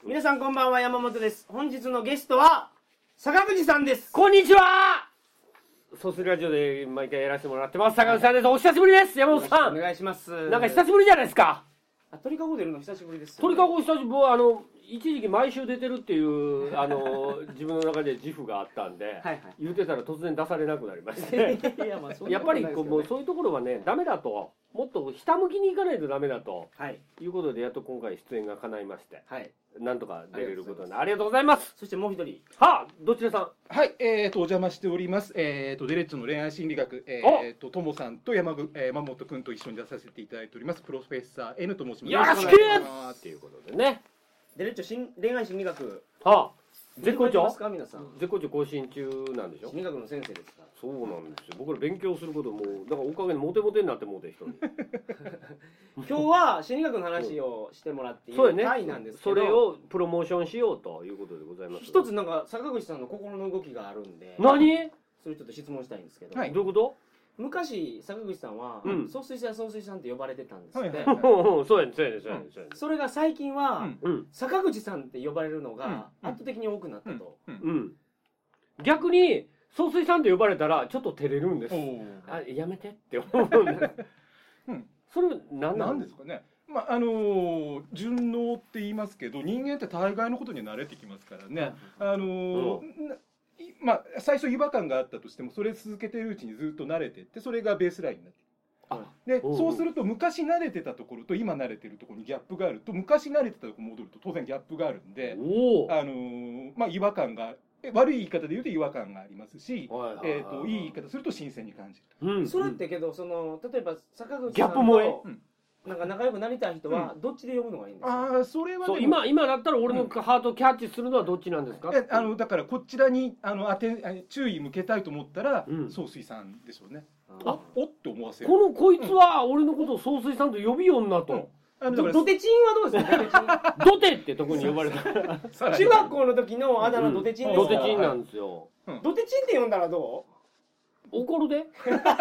皆さんこんばんは、山本です。本日のゲストは坂口さんです。 こんにちは。ソースラジオで毎回やらせてもらってます坂口さんです。お久しぶりです。山本さん、 お願いします。 なんか久しぶりじゃないですか。 鳥かご出るの久しぶりです、ね。 鳥かご久しぶり。一時期毎週出てるっていう自分の中で自負があったんで、はい、言うてたら突然出されなくなりましてやっぱりもうそういうところはねダメだと、もっとひたむきにいかないとダメだと、はい、いうことでやっと今回出演が叶いまして、はい、なんとか出れることにありがとうございます。 そしてもう一人、 はあ、どちらさん。 はい、お邪魔しております。デレッツの恋愛心理学、ともさんと山本君と一緒に出させていただいておりますプロフェッサー N と申します。 よろしくっていうことでね。 デレッツ恋愛心理学。 はあ。絶好調？ 皆さん。 絶好調更新中なんでしょ。 心理学の先生ですから。 そうなんですよ。僕ら勉強することもだからおかげでモテモテになってもうて人に。 今日は心理学の話をしてもらっている回なんですけど、 それをプロモーションしようということでございます。 一つなんか坂口さんの心の動きがあるんで。 何？ それちょっと質問したいんですけど。 はい。どういうこと？ 昔坂口さんは総帥さんって呼ばれてたんですって。 そうやね。 それが最近は坂口さんって呼ばれるのが圧倒的に多くなったと。 逆に総帥さんって呼ばれたらちょっと照れるんです。あ、やめてって思うんです。それ何なんですかね。 まあ順応って言いますけど、人間って大概のことに慣れてきますからね。まあ最初違和感があったとしてもそれ続けているうちにずっと慣れていってそれがベースラインになっていく。でそうすると昔慣れてたところと今慣れてるところにギャップがあると、昔慣れてたところに戻ると当然ギャップがあるんで、まあ違和感が悪い言い方で言うと違和感がありますし、いい言い方すると新鮮に感じる。 それってけど例えば坂口さんとギャップ萌えなんか仲良くなりたい人はどっちで呼ぶのがいいんですか？ ああ、それは今だったら俺のハートをキャッチするのはどっちなんですか？ だからこちらに注意向けたいと思ったら総帥さんでしょうね。おって思わせる。 こいつは俺のことを総帥さんと呼びよんなと。 ドテチンはどうですか？ ドテって特に呼ばれた。 中学校の時のあだ名ドテチンです。 ドテチンなんですよ。 ドテチンって呼んだらどう？怒るで。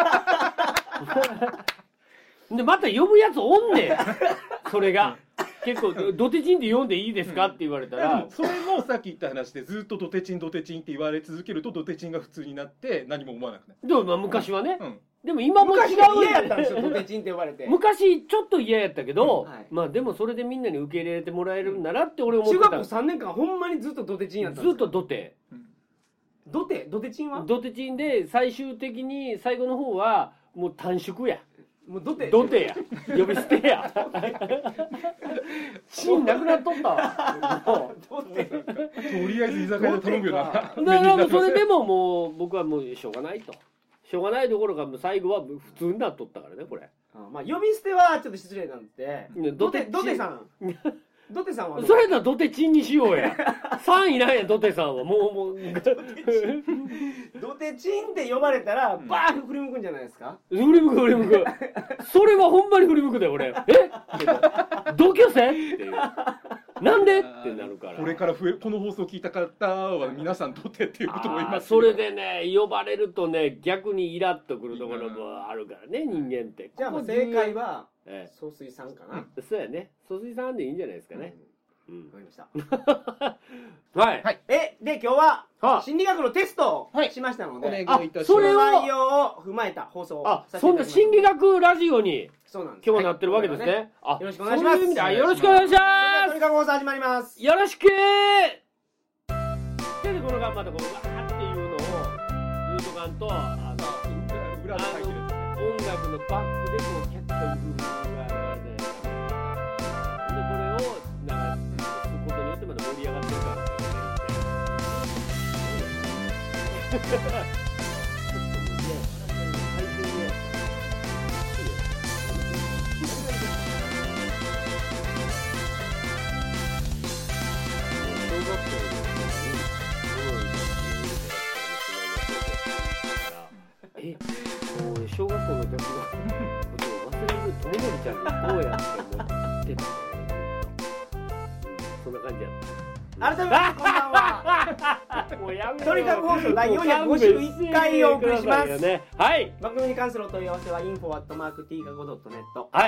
でまた呼ぶやつおんねん。それが結構ドテチンって呼んでいいですかって言われたら、 それもさっき言った話でずっとドテチンって言われ続けるとドテチンが普通になって何も思わなくなる。 でも昔はね。でも今も違う。 昔は嫌やったんですよ、ドテチンって呼ばれて。 昔ちょっと嫌やったけど、まあでもそれでみんなに受け入れてもらえるんだなって俺思ってた。 中学校3年間ほんまにずっとドテチンやったんです。 ずっとドテ。 ドテチンは？ ドテチンで最終的に最後の方はもう短縮や。 もうドテや呼び捨てや。シーンなくなっとったわ。 とりあえず居酒屋で頼むよな。だからそれでももう僕はもうしょうがないと。しょうがないところが最後は普通になっとったからねこれ。 まあ呼び捨てはちょっと失礼なんで。ドテさん。ドテさんはそれだドテチンにしようや。3いないやドテさんはもうドテチンって呼ばれたらバーッ振り向くんじゃないですか？ 振り向く。それはほんまに振り向くで俺。同級生っていう。なんでってなるから。 これからこの放送を聞いた方は皆さんドテっていうことを言います。 それでね呼ばれるとね逆にイラッとくるところもあるからね人間って。 じゃあもう正解は総帥さんかな。 そうやね。総帥さんでいいんじゃないですかね。 わかりました。 はい。 で今日は心理学のテストをしましたので、 それを内容を踏まえた放送をさせていただきます。 そんな心理学ラジオにそうなんです。 今日はなってるわけですね。 よろしくお願いします。 よろしくお願いします。 とにかく放送始まります。 よろしく。でこのまたこのわーっていうのを言うとかんと裏で書いてるやつね。 音楽のバックでこうキャッチャーにこれをなんかすることによってまた盛り上がってるからちょっとね最初にね小学校の小学校の時のことを忘れるとものりちゃんにどうやって思ってたの？そんな感じやった。 改めましてこんばんは。 もうやめろ。 鳥かご放送第451回お送りします。 はい。 番組に関するお問い合わせは info@tkago.net、 はい、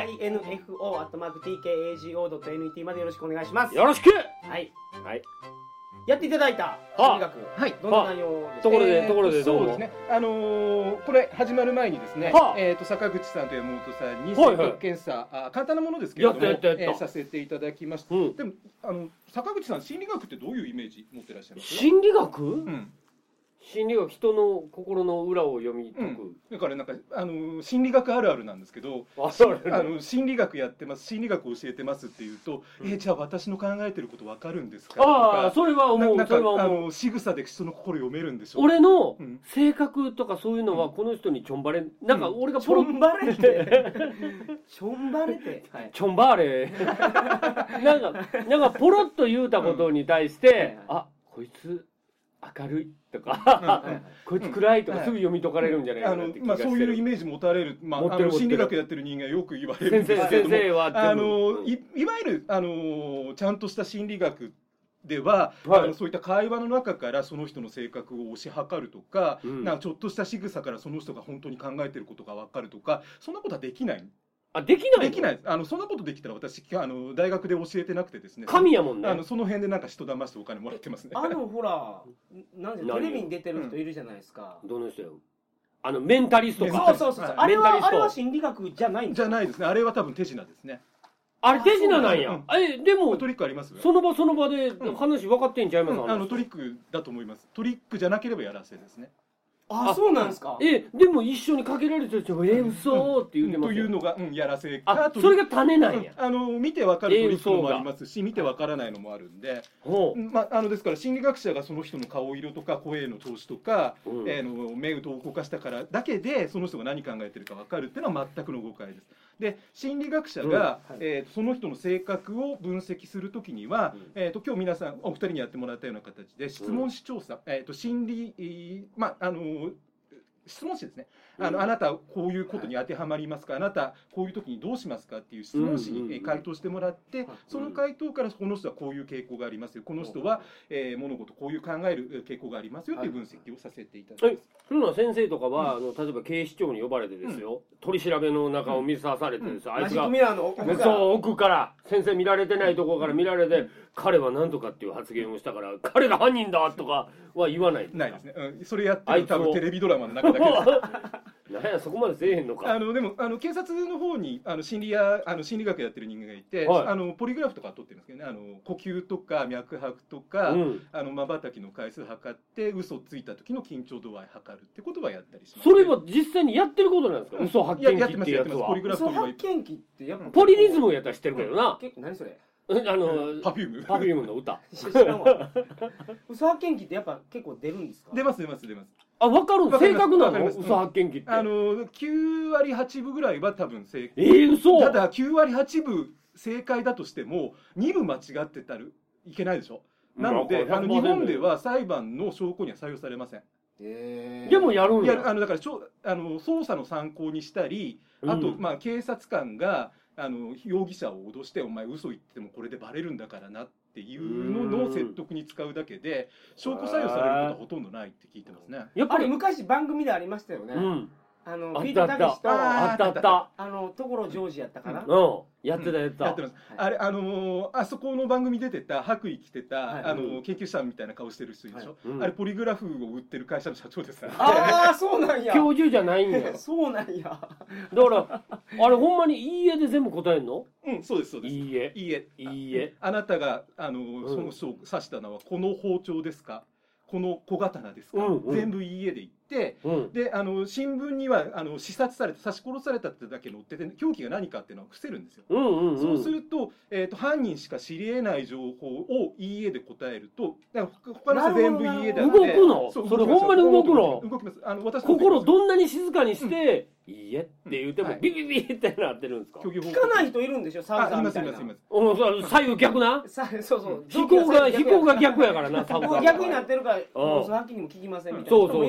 info@tkago.net までよろしくお願いします。 よろしく。 はい。 はい。 やっていただいた心理学、はい、どんな内容ですか。 ところでどうも。 そうですね。これ始まる前にですね、坂口さんと山本さんに性格検査、簡単なものですけれどもさせていただきました。でも坂口さん、心理学ってどういうイメージ持ってらっしゃいます？ 心理学？心理学、人の心の裏を読み解く、 だからなんか心理学あるあるなんですけど、心理学やってます、心理学教えてますっていうと、じゃあ私の考えてること分かるんですかとか、 それは思う。 なんか仕草で人の心読めるんでしょう。 俺の性格とかそういうのはこの人にちょんばれ、なんか俺がポロンバレてちょんばれてちょんばれなんかポロッと言うたことに対して、あ、こいつ明るいとかこいつ暗いとかすぐ読み解かれるんじゃないかなって気がしてる。 そういうイメージ持たれる、心理学やってる人間よく言われるんですけども、先生はいわゆるちゃんとした心理学では、そういった会話の中からその人の性格を推し量るとか、なんかちょっとした仕草からその人が本当に考えてることが分かるとか、そんなことはできない。 できないです。そんなことできたら私大学で教えてなくてですね。 神やもんね。 その辺でなんか人騙してお金もらってますね。 ほら、なんでテレビに出てる人いるじゃないですか。 どの人よ。メンタリストか。そう。あれは心理学じゃないんですか。 じゃないですね。あれは多分手品ですね。 あれ手品なんや。でもトリックあります。 その場で話分かってんちゃいます？ トリックだと思います。トリックじゃなければやらせですね。 そうなんですか。 でも一緒にかけられてる人は嘘って言ってますというのがやらせか。 それが種なんや。 見てわかるトリックもありますし、見てわからないのもあるんで、ですから心理学者がその人の顔色とか声の調子とか目を動かしたからだけでその人が何考えてるかわかるっていうのは全くの誤解です。で、心理学者がその人の性格を分析するときには、今日皆さんお二人にやってもらったような形で質問紙調査、心理質問紙ですね。あなたはこういうことに当てはまりますか、あなたこういう時にどうしますかっていう質問紙に回答してもらって、その回答からこの人はこういう傾向がありますよ、この人は物事こういう考える傾向がありますよっていう分析をさせていただきます。 そういうのは先生とかは例えば警視庁に呼ばれてですよ、取り調べの中を見さされてですよ、あいつが奥から先生見られてないところから見られて、彼は何とかっていう発言をしたから彼が犯人だとかは言わない。 ないですね。それやってる多分テレビドラマの中だけです。 なんやそこまでせえへんのか。 でも警察の方に心理学やってる人間がいて、ポリグラフとか取ってるんですけどね、呼吸とか脈拍とか瞬きの回数測って嘘ついた時の緊張度合い測るってことはやったりします。 それは実際にやってることなんですか？嘘発見器っていうやつは。 嘘発見器ってやっぱポリリズムやったら知ってるけどな。 何それ？ パフュームの歌。 知らんわ。嘘発見器ってやっぱ結構出るんですか？ 出ます。 分かる？正確なの？嘘発見器って。 9割8分ぐらいは多分正解。 嘘。 ただ9割8分正解だとしても2分間違ってたらいけないでしょ。なので日本では裁判の証拠には採用されません。 でもやるんや。 だから捜査の参考にしたり、あと警察官が容疑者を脅して、お前嘘言ってもこれでバレるんだからなっていうのを説得に使うだけで、証拠採用されることはほとんどないって聞いてますね。 やっぱり昔番組でありましたよね。ビートたけしと所ジョージやったかな。 やってた。 あれあそこの番組出てた白衣着てた研究者みたいな顔してる人でしょ。あれポリグラフを売ってる会社の社長ですから。 ああそうなんや。 教授じゃないんや。 そうなんや。だからあれほんまにいいえで全部答えんの？ そうです。 いいえ。 あなたがその人を刺したのはこの包丁ですか？この小刀ですか？全部いいえで言って、で新聞には刺殺された、刺し殺されたってだけ載ってて、凶器が何かっていうのは伏せるんですよ。そうすると犯人しか知り得ない情報をいいえで答えると、他の人全部いいえだって。 動くの？それほんまに動くの？ 動きます。私心どんなに静かにしていいえって言ってもビビビってなってるんですか？ 聞かない人いるんでしょ？サウザーみたいな。 左右逆な？ そう飛行が逆やからな。 逆になってるから、そのはっきりも聞きませんみたいな人もいるんですよね。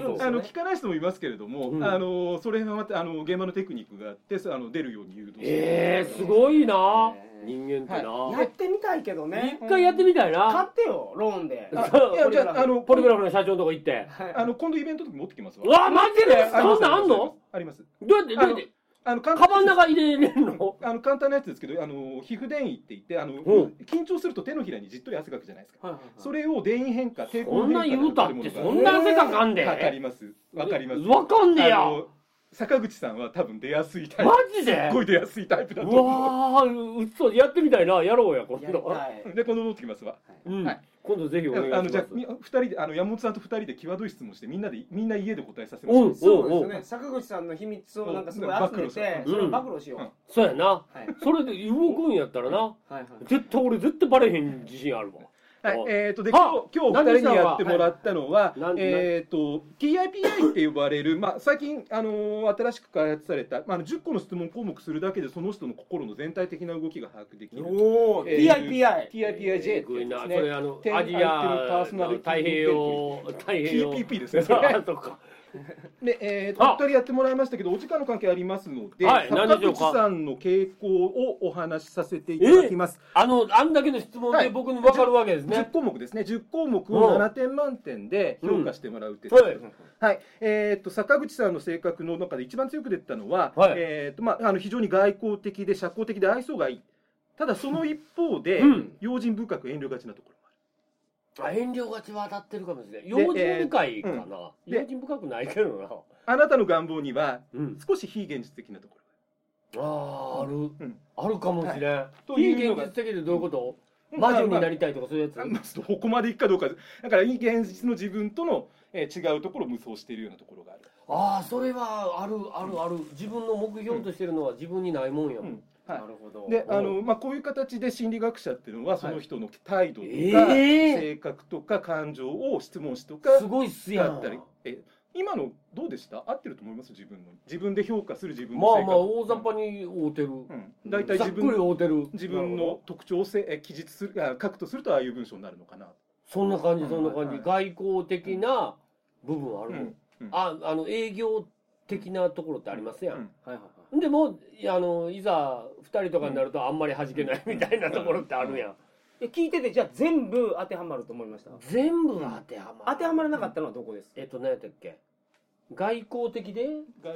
聞かない人もいますけれども、それはまた現場のテクニックがあって出るように誘導してすごいな人間ってな、 やってみたいけどね。 一回やってみたいな。 買ってよローンで。 いやじゃあポリグラフの社長のとこ行って今度イベントの時持ってきますわ。 うわマジでそんなんあんの？ あります。 どうやってカバンの中入れれるの？ 簡単なやつですけど皮膚電位って言って緊張すると手のひらにじっとり汗かくじゃないですか。それを電位変化抵抗変化そんな言うたってそんな汗かかんで。 わかります。わかります。 わかんねや。 坂口さんは多分出やすいタイプ。 マジで？ すっごい出やすいタイプだと思う。 うわー、嘘やってみたいな。やろうや今度。 で今度乗ってきますわ。 はい。今度ぜひお願いします。 じゃあ2人で山本さんと2人で際どい質問してみんな家で答えさせましょう。 そうですね。坂口さんの秘密をなんかすごい集めてそれを暴露しよう。 そうやな。それで動くんやったらな。絶対バレへん自信あるわ。 はい、で今日お二人にやってもらったのは、TIPI って呼ばれる、最近新しく開発された、10個の質問項目するだけでその人の心の全体的な動きが把握できる。TIPIJ ってですね。 それアジア太平洋 TPP ですね。それとか。で、お二人やってもらいましたけどお時間の関係ありますので、坂口さんの傾向をお話しさせていただきます。 あんだけの質問で僕に分かるわけですね。 10項目ですね。10項目を7点満点で評価してもらうテスト。はい。坂口さんの性格の中で一番強く出たのは、非常に外交的で社交的で愛想がいい。ただその一方で用心深く遠慮がちなところ。 遠慮がちは当たってるかもしれない。用心深いかな。用心深くないけどな。 あなたの願望には少し非現実的なところがあるかもしれん。非現実的でどういうこと？魔女になりたいとかそういうやつ？ どこまでいくかどうか。だから現実の自分との違うところを無双しているようなところがある。 ああ、それはある。自分の目標としてるのは自分にないもんやもん。 なるほど。 でこういう形で心理学者っていうのはその人の態度とか性格とか感情を質問しとかすごいっすやん。 今のどうでした？合ってると思います？自分で評価する自分の性格。大雑把に合うてる。 大体自分の特徴を記述する書くとするとああいう文章になるのかな。 そんな感じ。外交的な部分ある。営業的なところってありますやん。でもいざ2人とかになるとあんまり弾けないみたいなところってあるやん。 聞いててじゃあ全部当てはまると思いました？ 全部当てはまる。 当てはまらなかったのはどこです？ 何やったっけ？外交的で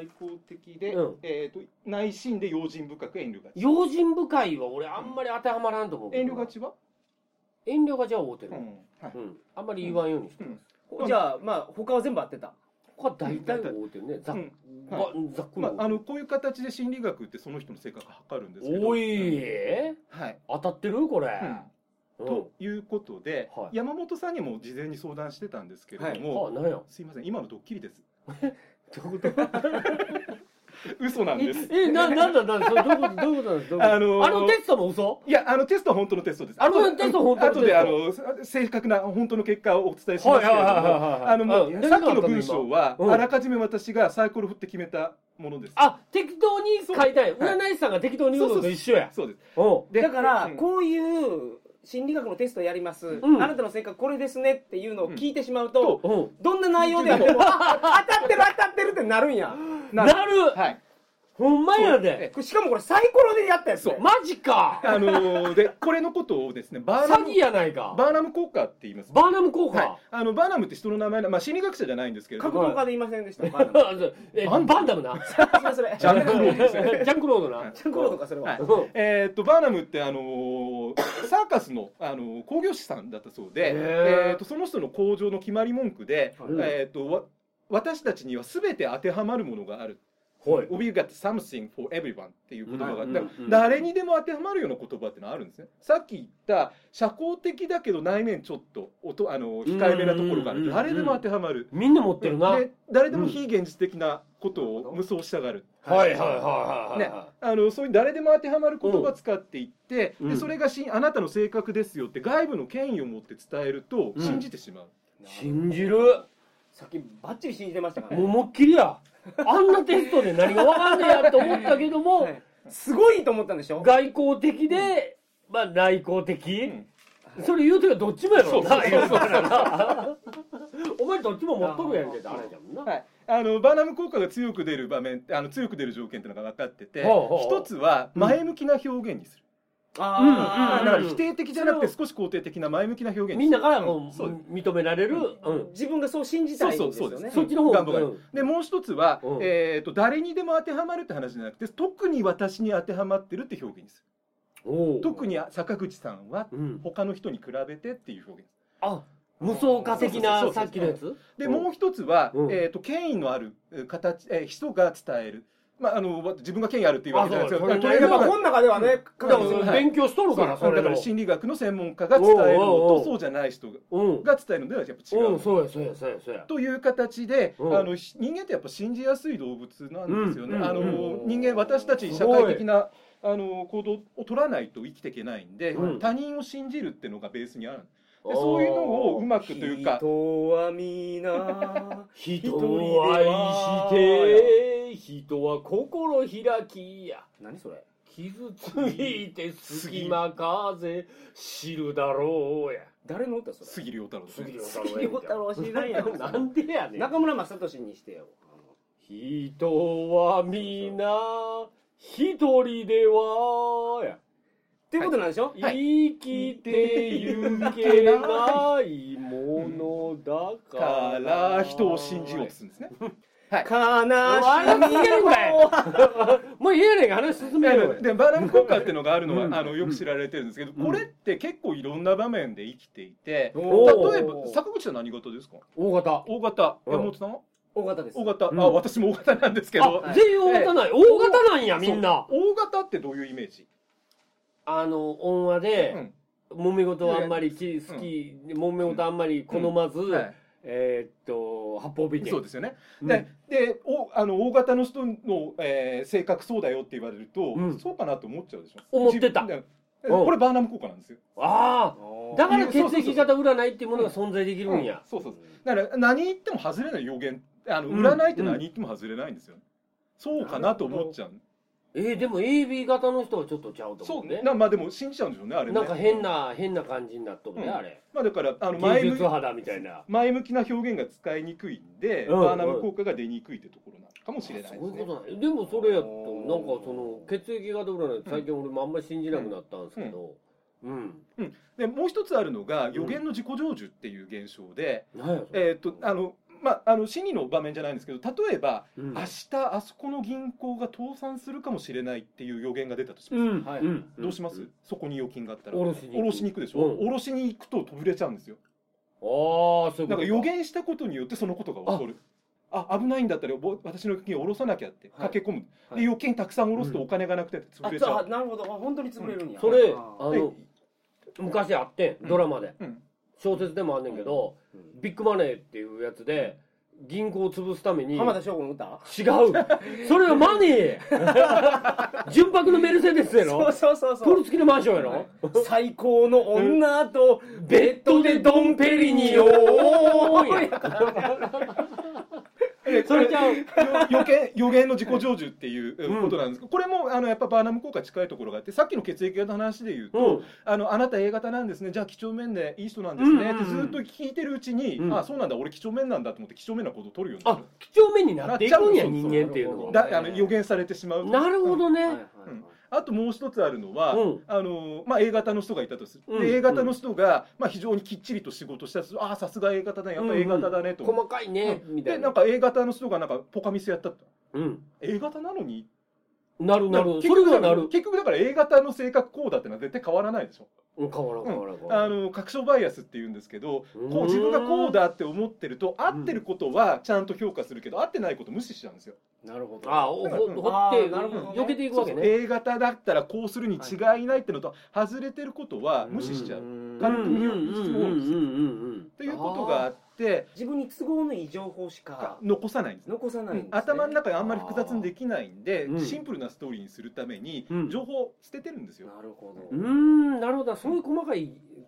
内心で用心深く遠慮がち。 用心深いは俺あんまり当てはまらんと思う。 遠慮がちは合うてる。あんまり言わんようにしてます。 じゃあ他は全部合ってた。 他は大体合うてるね。ざっくり。 こういう形で心理学ってその人の性格を測るんですけど。 おい。当たってるこれ。 ということで山本さんにも事前に相談してたんですけれども、すいません今のドッキリです。 どういうこと？ 嘘なんです。 なんだどういうことなんですか？テストも嘘？ いやテストは本当のテストです。 テスト本当のテスト。 後で正確な本当の結果をお伝えしますけれども、さっきの文章はあらかじめ私がサイコロ振って決めたものです。 適当に書いたい。占い師さんが適当に言うのと一緒や。 そうです。 だからこういう心理学のテストやります、あなたの性格これですねっていうのを聞いてしまうと、どんな内容でも当たってるってなるんや。 なる。ほんまやで。 しかもこれサイコロでやったやつ。 マジか。 でこれのことをですね詐欺やないか。 バーナム効果って言います。 バーナム効果。 バーナムって人の名前心理学者じゃないんですけれども。 格闘家で言いませんでした。 バンダムな。 それ。 ジャンクロードですね。 ジャンクロードな。 ジャンクロードかそれは。 バーナムってサーカスの興行師さんだったそうで、その人の口上の決まり文句で、私たちには全て当てはまるものがある。We got something for everyone っていう言葉があって、誰にでも当てはまるような言葉ってのはあるんですね。さっき言った社交的だけど内面ちょっと控えめなところがある。誰でも当てはまる。 みんな持ってるな。 誰でも非現実的なことを無双したがる。そういう誰でも当てはまる言葉を使っていって、それがあなたの性格ですよって外部の権威を持って伝えると信じてしまう。 信じる。 さっきバッチリ信じてましたからね。思いっきりや。あんなテストで何が分かんねえやと思ったけども、 すごいと思ったんでしょ。 外交的で内向的。それ言うてるどっちもやろな。お前どっちも持っとるやんけってあれじゃんな。 バーナム効果が強く出る場面、強く出る条件っていうのが分かってて、一つは前向きな表現にする。だから否定的じゃなくて少し肯定的な前向きな表現みんなから認められる、 自分がそう信じたいんですよね。 そっちの方がでもう一つは誰にでも当てはまるって話じゃなくて、特に私に当てはまってるって表現にする。特に坂口さんは他の人に比べてっていう表現。 あ、無双化的なさっきのやつで、もう一つは権威のある形、人が伝える。自分が権威あるっていうわけじゃないですよ。 この中ではね、 勉強しとるから、 だから心理学の専門家が伝えるのとそうじゃない人が伝えるのではやっぱ違う。 そうやそうやそうやそうや。 という形で、人間ってやっぱ信じやすい動物なんですよね。人間、私たち社会的な行動を取らないと生きていけないんで、他人を信じるっていうのがベースにある。でそういうのをうまくというか、 人は皆人を愛して人は心開きや。 何それ？ 傷ついて隙間風知るだろうや。 誰の歌それ？ 杉良太郎。 杉良太郎知らんやん。 なんでやねん。 中村雅俊にしてよ。 人は皆一人ではや。 っていうことなんでしょ？ 生きてゆけないものだから人を信じようとするんですね。 悲しみもう言えねえが話進める。 でバーナム効果っていうのがあるのはよく知られてるんですけど、これって結構いろんな場面で生きていて、例えば坂口さん何型ですか？ 大型。 大型。山本さんは？ 大型です。 大型。私も大型なんですけど。 全員大型なんや。大型なんやみんな。 大型ってどういうイメージ？ 温和で揉め事はあんまり好き、揉め事あんまり好まず、八方美人。 そうですよね。で、大型の人の性格そうだよって言われると、そうかなと思っちゃうでしょ。 思ってた。 これバーナム効果なんですよ。 ああ、だから血液型占いっていうものが存在できるんや。 そうそう。だから何言っても外れない予言、占いって何言っても外れないんですよ。そうかなと思っちゃう。 でも AB 型の人はちょっとちゃうと思うね。 まあでも信じちゃうんでしょうね、あれね。 なんか変な感じになっとるね、あれ。 まあだから芸術肌みたいな。 前向きな表現が使いにくいんで、バーナム効果が出にくいってところなのかもしれないですね。 そういうことなんでもそれやとなんかその血液型占い最近俺もあんまり信じなくなったんですけど。 でもう一つあるのが予言の自己成就っていう現象で、心理の場面じゃないんですけど、例えば、明日あそこの銀行が倒産するかもしれないっていう予言が出たとします。どうします？そこに預金があったら下ろしに行くでしょ。下ろしに行くと飛ぶれちゃうんですよ。なんか予言したことによってそのことが起こる。危ないんだったら私の預金を下ろさなきゃって駆け込む。で預金たくさん下ろすとお金がなくて潰れちゃう。 なるほど、本当に潰れるんや。 それ昔あってドラマで。小説でもあんねんけど、ビッグマネーっていうやつで銀行を潰すために浜田省吾の歌？ 違う。それはマネー。純白のメルセデスやろ。 そうプール付きのマンションやろ。 最高の女とベッドでドンペリニオそれじゃ予言の自己成就っていうことなんですけど、これもやっぱバーナム効果近いところがあって、さっきの血液型の話で言うと、あなた A 型なんですね、じゃあ几帳面でいい人なんですねってずっと聞いてるうちに、そうなんだ、俺几帳面なんだと思って几帳面なことを取るようになる。 几帳面になっていくんや、人間っていうのは。 予言されてしまう。 なるほどね。 あともう一つあるのは、A 型の人がいたとする。で A 型の人が非常にきっちりと仕事したら、さすが A 型だ、やっぱ A 型だねと。 細かいねみたいな。 でなんか A 型の人がなんかポカミスやったと。A 型なのになる。それはなる。 結局だから A 型の性格こうだってのは絶対変わらないでしょ。 変わらん。 確証バイアスって言うんですけど、自分がこうだって思ってると、合ってることはちゃんと評価するけど、合ってないこと無視しちゃうんですよ。 なるほど。 掘って避けていくわけね。 A 型だったらこうするに違いないってのと、外れてることは無視しちゃう。軽く見ようと思うんですよ。っていうことがあって、 自分に都合のいい情報しか残さないんです。頭の中にあんまり複雑にできないんで、シンプルなストーリーにするために情報を捨ててるんですよ。 なるほど。 なるほど。そういう細かい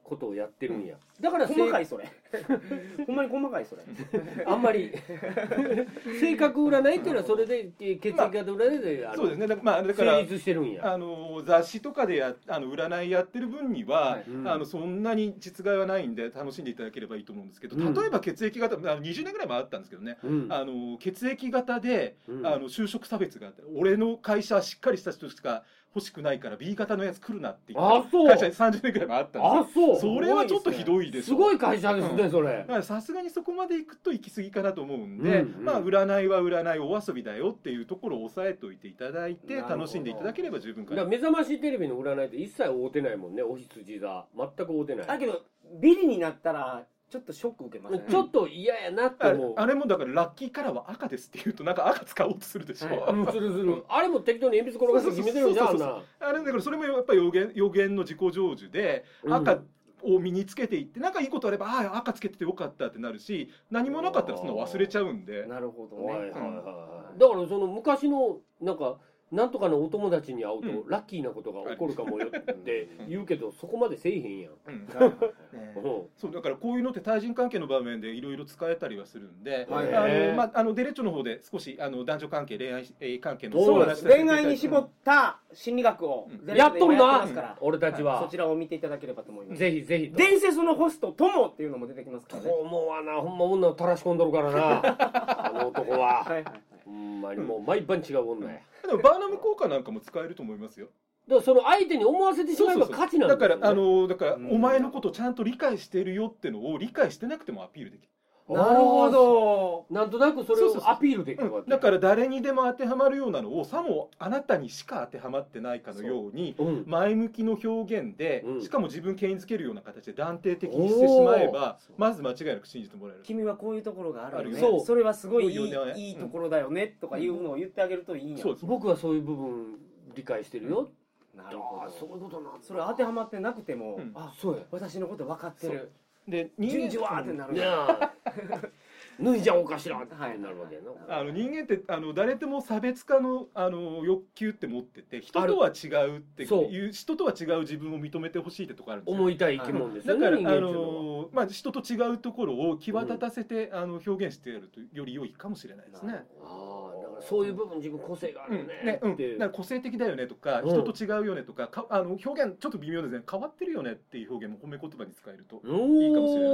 ことをやってるんや。だから細かいそれ。ほんまに細かいそれ。 あんまり性格占いっていうのはそれで血液型占いでそうですね。だから成立してるんや。 雑誌とかで占いやってる分にはそんなに実害はないんで楽しんでいただければいいと思うんですけど、例えば血液型20年ぐらい前あったんですけどね。血液型で就職差別があって、俺の会社はしっかりした人しか欲しくないから B 型のやつ来るなって言った会社に30年ぐらいもあったんですよ。それはちょっとひどいですよ。 すごい会社ですねそれ。 さすがにそこまで行くと行き過ぎかなと思うんで、占いは占い、お遊びだよっていうところを押さえておいていただいて楽しんでいただければ十分かな。 目覚ましテレビの占いって一切会うてないもんね。お羊座全く会うてない。 だけどビリになったらちょっとショック受けますね。 ちょっと嫌やなって思う。 あれもだからラッキーカラーは赤ですって言うとなんか赤使おうとするでしょ。 する。あれも適当に鉛筆転がして決めてるじゃん。 あれだからそれもやっぱり予言の自己成就で赤を身につけていって、なんかいいことあれば赤つけててよかったってなるし、何もなかったらその忘れちゃうんで。 なるほどね。 だからその昔のなんとかのお友達に会うとラッキーなことが起こるかもよって言うけど、そこまでせえへんやん。 そうだからこういうのって対人関係の場面でいろいろ使えたりはするんで、デレッチョの方で少し男女関係、恋愛関係の恋愛に絞った心理学をやっとるな俺たちは。 そちらを見ていただければと思います。 ぜひぜひ。 伝説のホストトモっていうのも出てきますからね。 トモはな、ほんま女を垂らし込んどるからなあの男は。ほんまにもう毎晩違う女や。 でもバーナム効果なんかも使えると思いますよ。 だからその相手に思わせてしまえば勝ちなんだよね。 だからお前のことちゃんと理解しているよってのを理解してなくてもアピールできる。 なるほど。 なんとなくそれをアピールできるわけ。 だから誰にでも当てはまるようなのをさもあなたにしか当てはまってないかのように前向きの表現で、しかも自分権威づけるような形で断定的にしてしまえばまず間違いなく信じてもらえる。 君はこういうところがあるよね。それはすごいいいところだよねとかいうのを言ってあげるといいんや。 僕はそういう部分理解してるよ。 なるほど。 そういうことなんだ。 それ当てはまってなくても、そうや。私のこと分かってる。 で順序はってなる。 脱いじゃおうかしらってなるわけやな。人間って誰でも差別化の欲求って持ってて、人とは違うっていう人とは違う自分を認めてほしいってとこあるんですよ。 思いたい生き物ですよね。 だから人と違うところを際立たせて表現してやるとより良いかもしれないですね。 だからそういう部分自分個性があるね。 だから個性的だよねとか人と違うよねとか表現ちょっと微妙ですね。変わってるよねっていう表現も褒め言葉に使えるといいかもしれない。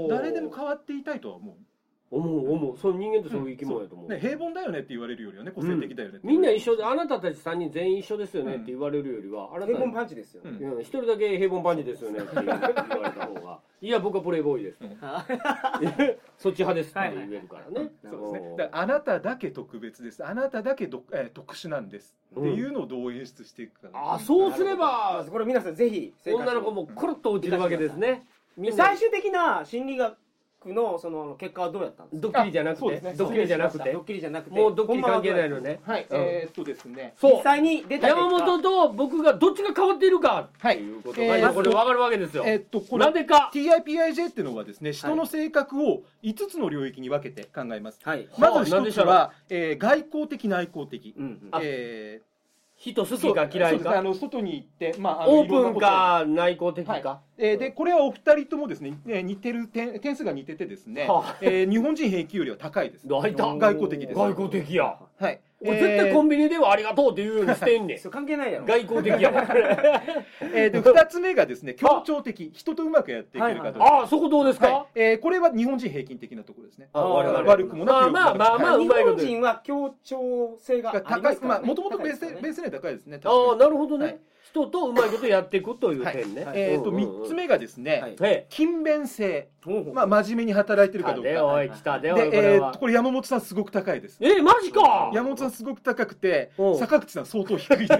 誰でも変わっていたいとは思う。 その人間ってそういう生き物やと思う。 平凡だよねって言われるよりはね、個性的だよね。 みんな一緒で、あなたたち3人全員一緒ですよねって言われるよりは、 平凡パンチですよ。 一人だけ平凡パンチですよねって言われた方が、いや僕はプレイボーイですと。そっち派ですって言えるからね。 そうですね。あなただけ特別です。あなただけ特殊なんですっていうのをどう演出していくか。 そうすればこれ皆さんぜひ女の子もコロッと落ちるわけですね。 最終的な心理学のその結果はどうやったんですか。 ドッキリじゃなくて、ドッキリじゃなくて、もうドッキリ関係ないのね。 はい。ですね。 実際に出た山本と僕がどっちが変わっているかということがこれ分かるわけですよ。なんでか。 TIPIJ っていうのはですね、人の性格を5つの領域に分けて考えます。まず1つは外交的内向的。 人好きか嫌いか。 外に行ってオープンか内向的か。 でこれはお二人ともですね似てる点数が似ててですね、日本人平均よりは高いです。外交的です。 外交的や。 はい。 絶対コンビニではありがとうっていうようにしてんねん。 関係ないやろ。 外交的やわ。 で2つ目がですね協調的、人とうまくやっていけるかどうか。 そこどうですか。 これは日本人平均的なところですね。 悪くもなく。 まあ日本人は協調性が高い。もともとベースには高いですね。 なるほどね。人とうまいことやっていくという点ね。 3つ目がですね勤勉性。真面目に働いてるかどうか。 でこれ山本さんすごく高いです。 マジか。 山本さんすごく高くて坂口さん相当低いです。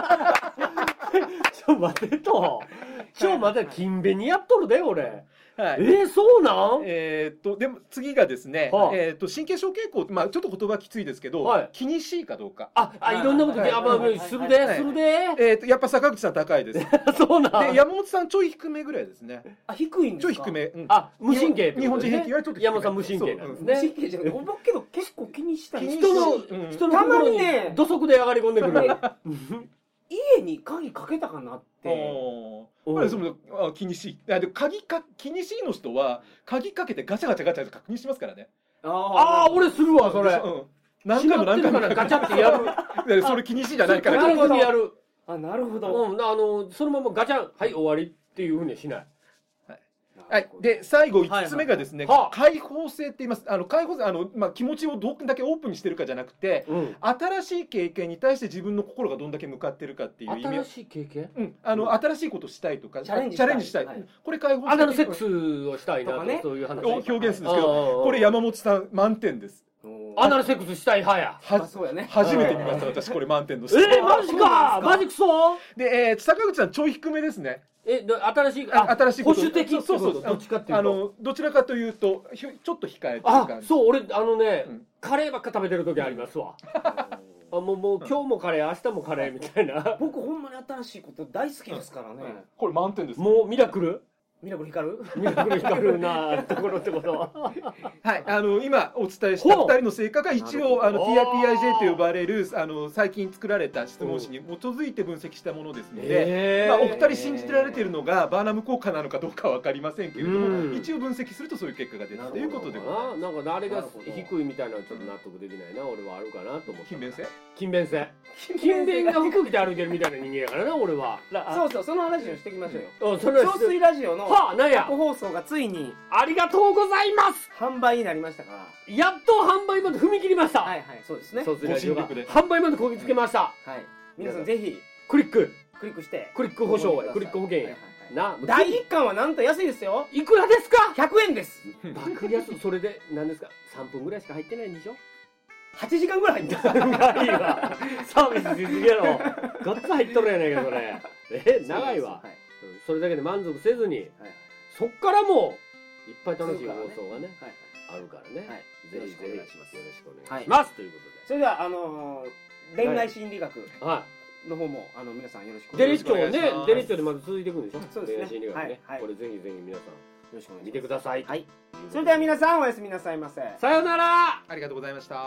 待てと。勤勉にやっとるで俺。そうなん。 でも次がですね神経症傾向、ちょっと言葉きついですけど気にしいかどうか。 いろんなことするで。 やっぱ坂口さん高いです。 そうなん。 で山本さんちょい低めぐらいですね。 低いんですか。 ちょい低め。 無神経。 日本人平均はちょっと山本さん無神経なんですね。 無神経じゃなくてけど結構気にしたり。 人の心に土足で上がり込んでくる。 家家に鍵かけたかなって。 これその気にしい。で気にしいの人は鍵かけてガチャガチャガチャ確認しますからね。 ああ俺するわそれ。 何回も何回もガチャってやる。 それ気にしいじゃないから。 なるほどやる。 なるほど。 そのままガチャンはい終わりっていうふうにしない。 はい、で最後5つ目がですね、開放性って言います。開放性気持ちをどんだけオープンにしてるかじゃなくて、新しい経験に対して自分の心がどんだけ向かってるかっていう意味。 新しい経験？ 新しいことしたいとかチャレンジしたい。これ開放性。セックスをしたいなとかね、そういう話を表現するんですけど、これ山本さん満点です。 アナルセックスしたい派や。 そうやね。 初めて見ました私これ満点の。 マジか。マジクソ。 で坂口さんちょい低めですね。 新しい保守的。そうどっちかっていうとどちらかというとちょっと控えてる感じ。 そう俺カレーばっか食べてる時ありますわ。もう今日もカレー明日もカレーみたいな。 僕ほんまに新しいこと大好きですからね。 これ満点です。 もうミラクル光るなところってことは。 はい今お伝えした2人の成果が一応TIPIJ と呼ばれる最近作られた質問紙に基づいて分析したものですので、お二人信じられているのがバーナム効果なのかどうかは分かりませんけれども、一応分析するとそういう結果が出たということでございます。 なんかあれが低いみたいなのちょっと納得できないな。俺はあるかなと思って。勤勉が服着て歩いてるみたいな人間やからな俺は。 そうその話をしていきましょうよ。 それは総水ラジオのなんや過去放送がついにありがとうございます販売になりましたから、 やっと販売まで踏み切りました。 そうですね。 総水ラジオが販売までこぎつけました。 皆さんぜひクリックしてクリック保証クリック保険やな。 第1巻はなんと安いですよ。 いくらですか ？100円です。 爆安。それで何ですか3分ぐらいしか入ってないんでしょ。 8時間ぐらい入ってる。長いわ。サービスしすぎやろ。ガッツ入っとるやないかそれ。長いわ。それだけで満足せずにそっからもいっぱい楽しい放送がねあるからね。ぜひぜひよろしくお願いしますということで、 それでは恋愛心理学の方も皆さんよろしくお願いします。 デリッチョでまず続いていくんでしょ。 そうですね。 恋愛心理学ね。これぜひぜひ皆さんよろしく見てください。 それでは皆さんおやすみなさいませ。 さようなら。 ありがとうございました。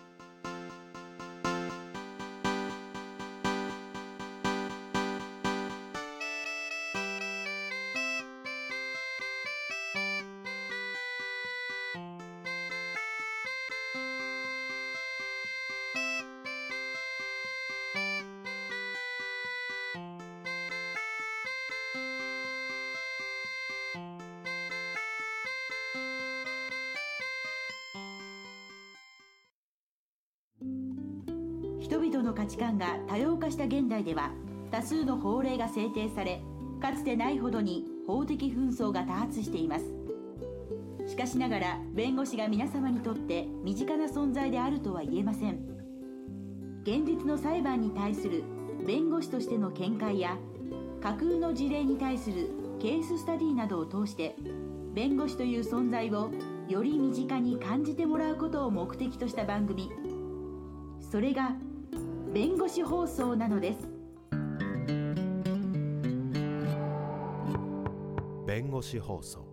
人々の価値観が多様化した現代では多数の法令が制定され、かつてないほどに法的紛争が多発しています。しかしながら弁護士が皆様にとって身近な存在であるとは言えません。現実の裁判に対する弁護士としての見解や架空の事例に対するケーススタディなどを通して弁護士という存在をより身近に感じてもらうことを目的とした番組、それが弁護士放送なのです。 弁護士放送。